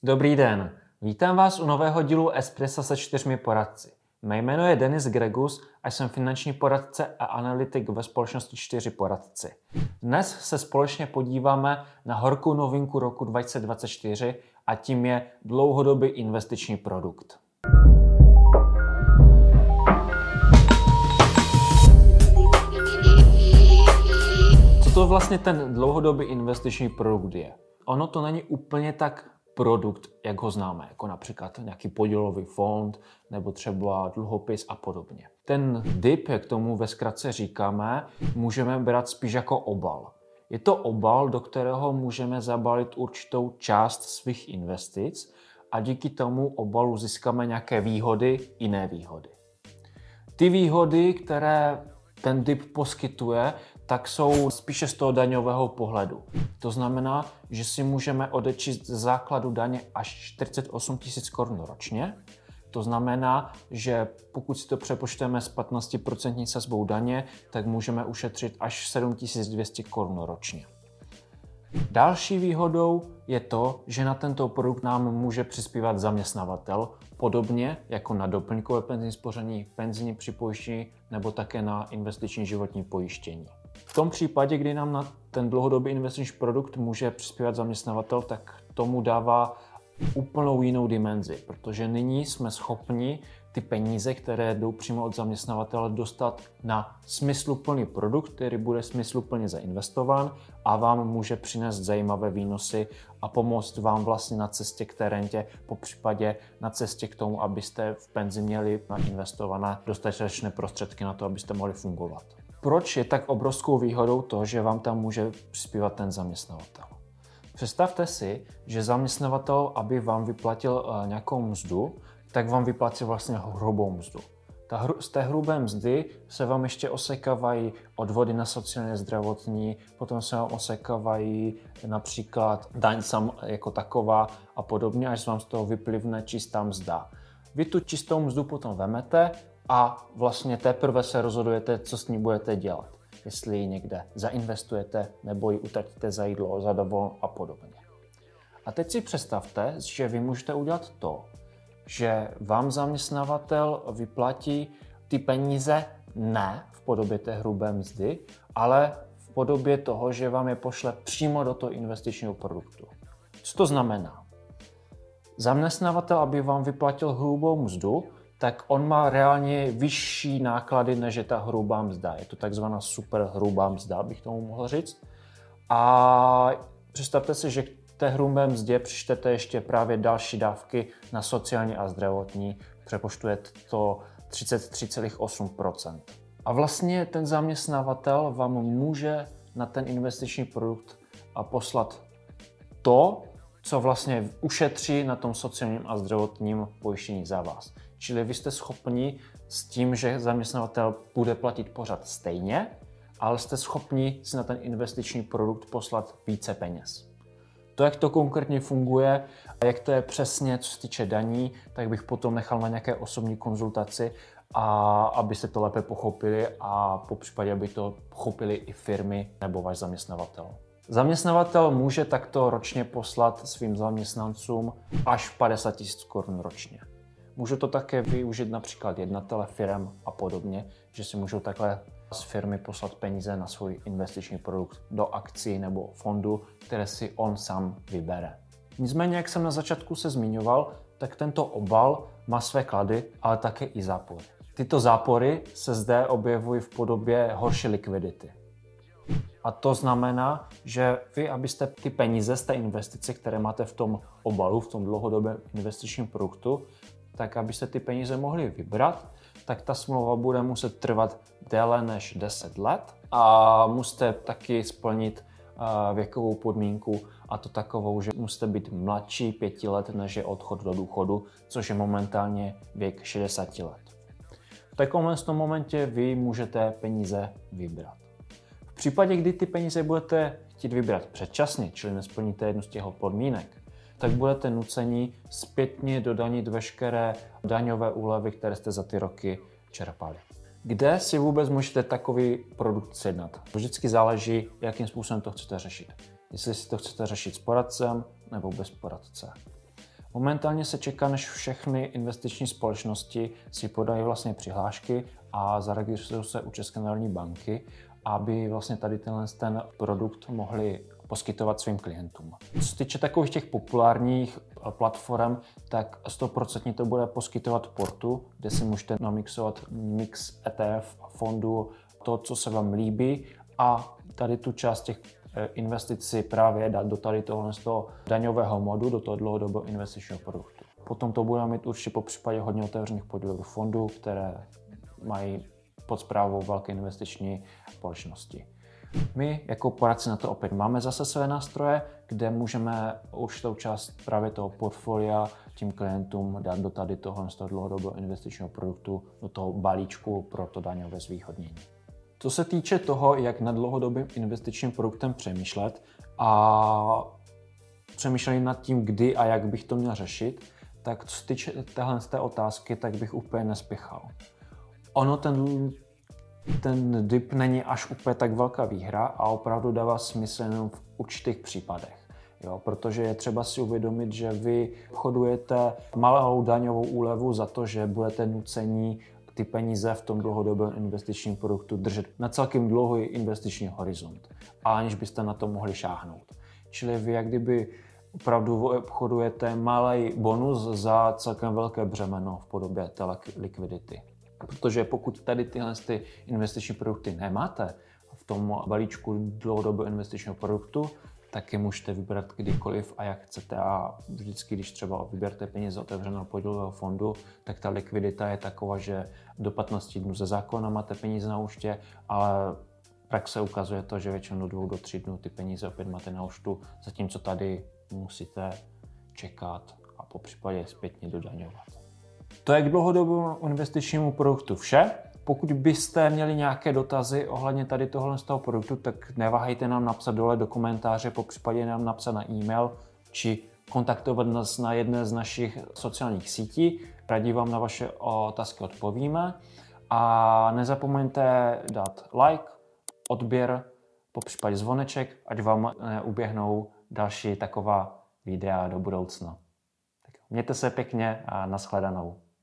Dobrý den, vítám vás u nového dílu Espressa se 4 poradci. Mé jméno je Denis Gregus a jsem finanční poradce a analytik ve společnosti 4 poradci. Dnes se společně podíváme na horkou novinku roku 2024 a tím je dlouhodobý investiční produkt. Co to vlastně ten dlouhodobý investiční produkt je? Ono to není úplně tak produkt, jak ho známe, jako například nějaký podílový fond nebo třeba dluhopis a podobně. Ten DIP, jak tomu ve zkratce říkáme, můžeme brát spíš jako obal. Je to obal, do kterého můžeme zabalit určitou část svých investic a díky tomu obalu získáme nějaké výhody i nevýhody. Ty výhody, které ten DIP poskytuje, tak jsou spíše z toho daňového pohledu. To znamená, že si můžeme odečíst ze základu daně až 48 000 korun ročně. To znamená, že pokud si to přepočteme s 15% sazbou daně, tak můžeme ušetřit až 7 200 korun ročně. Další výhodou je to, že na tento produkt nám může přispívat zaměstnavatel, podobně jako na doplňkové penzijní spoření, penzijní připojištění nebo také na investiční životní pojištění. V tom případě, kdy nám na ten dlouhodobý investiční produkt může přispívat zaměstnavatel, tak tomu dává úplnou jinou dimenzi, protože nyní jsme schopni ty peníze, které jdou přímo od zaměstnavatele, dostat na smysluplný produkt, který bude smysluplně zainvestován a vám může přinést zajímavé výnosy a pomoct vám vlastně na cestě k té rentě, popřípadě na cestě k tomu, abyste v penzi měli nainvestované dostatečné prostředky na to, abyste mohli fungovat. Proč je tak obrovskou výhodou to, že vám tam může přispívat ten zaměstnavatel? Představte si, že zaměstnavatel, aby vám vyplatil nějakou mzdu, tak vám vyplatí vlastně hrubou mzdu. Z té hrubé mzdy se vám ještě osekávají odvody na sociálně zdravotní, potom se vám osekávají například daň jako taková a podobně, až vám z toho vyplivne čistá mzda. Vy tu čistou mzdu potom vemete a vlastně teprve se rozhodujete, co s ní budete dělat. Jestli ji někde zainvestujete nebo ji utratíte za jídlo, za dovolenou a podobně. A teď si představte, že vy můžete udělat to, že vám zaměstnavatel vyplatí ty peníze ne v podobě té hrubé mzdy, ale v podobě toho, že vám je pošle přímo do toho investičního produktu. Co to znamená? Zaměstnavatel, aby vám vyplatil hrubou mzdu, tak on má reálně vyšší náklady, než je ta hrubá mzda. Je to takzvaná super hrubá mzda, bych tomu mohl říct. A představte si, že k té hrubé mzdě přičtete ještě právě další dávky na sociální a zdravotní. Přepočtuje to 33,8%. A vlastně ten zaměstnavatel vám může na ten investiční produkt poslat to, co vlastně ušetří na tom sociálním a zdravotním pojištění za vás. Čili vy jste schopni s tím, že zaměstnavatel bude platit pořád stejně, ale jste schopni si na ten investiční produkt poslat více peněz. To, jak to konkrétně funguje a jak to je přesně, co se týče daní, tak bych potom nechal na nějaké osobní konzultaci, a abyste to lépe pochopili a popřípadě, aby to pochopili i firmy nebo váš zaměstnavatel. Zaměstnavatel může takto ročně poslat svým zaměstnancům až 50 000 korun ročně. Můžu to také využít například jednatele firem a podobně, že si můžou takhle z firmy poslat peníze na svůj investiční produkt do akcí nebo fondu, které si on sám vybere. Nicméně, jak jsem na začátku se zmiňoval, tak tento obal má své klady, ale také i zápory. Tyto zápory se zde objevují v podobě horší likvidity. A to znamená, že vy, abyste ty peníze z té investice, které máte v tom obalu, v tom dlouhodobém investičním produktu, tak abyste ty peníze mohli vybrat, tak ta smlouva bude muset trvat déle než 10 let a musíte taky splnit věkovou podmínku, a to takovou, že musíte být mladší 5 let, než je odchod do důchodu, což je momentálně věk 60 let. V takovém momentě vy můžete peníze vybrat. V případě, kdy ty peníze budete chtít vybrat předčasně, čili nesplníte jednu z těch podmínek, tak budete nuceni zpětně dodanit veškeré daňové úlevy, které jste za ty roky čerpali. Kde si vůbec můžete takový produkt sjednat? Vždycky záleží, jakým způsobem to chcete řešit. Jestli si to chcete řešit s poradcem nebo bez poradce. Momentálně se čeká, než všechny investiční společnosti si podají vlastně přihlášky a zaregistrují se u České národní banky, aby vlastně tady ten produkt mohli poskytovat svým klientům. Co se týče takových těch populárních platform, tak 100% to bude poskytovat portu, kde si můžete namixovat mix ETF fondu, to, co se vám líbí, a tady tu část těch investic si právě dát do tady tohle z toho daňového modu, do toho dlouhodobého investičního produktu. Potom to budeme mít určitě po případě hodně otevřených podílových fondů, které mají pod správou velké investiční společnosti. My jako poradci na to opět máme zase své nástroje, kde můžeme určitou část právě toho portfolia tím klientům dát do tady tohle z toho dlouhodobého investičního produktu, do toho balíčku pro to daňové zvýhodnění. Co se týče toho, jak nad dlouhodobým investičním produktem přemýšlet a přemýšleli nad tím, kdy a jak bych to měl řešit, tak co se týče té otázky, tak bych úplně nespěchal. Ono ten dip není až úplně tak velká výhra a opravdu dává smysl jenom v určitých případech. Jo, protože je třeba si uvědomit, že vy obchodujete malou daňovou úlevu za to, že budete nuceni ty peníze v tom dlouhodobém investičním produktu držet na celkem dlouhý investiční horizont, aniž byste na to mohli šáhnout. Čili vy jak kdyby opravdu obchodujete malý bonus za celkem velké břemeno v podobě té likvidity. Protože pokud tady tyhle investiční produkty nemáte v tom balíčku dlouhodobého investičního produktu, tak je můžete vybrat kdykoliv a jak chcete, a vždycky, když třeba vyberte peníze otevřeného podílového fondu, tak ta likvidita je taková, že do 15 dnů ze zákona máte peníze na účtě, ale praxe ukazuje to, že většinou 2 do 3 dnů ty peníze opět máte na účtu, zatímco tady musíte čekat a po případě zpětně dodaňovat. To je k dlouhodobému investičnímu produktu vše. Pokud byste měli nějaké dotazy ohledně tady tohle z toho produktu, tak neváhejte nám napsat dole do komentáře, popřípadě nám napsat na e-mail či kontaktovat nás na jedné z našich sociálních sítí. Rádi vám na vaše otázky odpovíme. A nezapomeňte dát like, odběr, popřípadě zvoneček, ať vám uběhnou další taková videa do budoucna. Tak mějte se pěkně a nashledanou.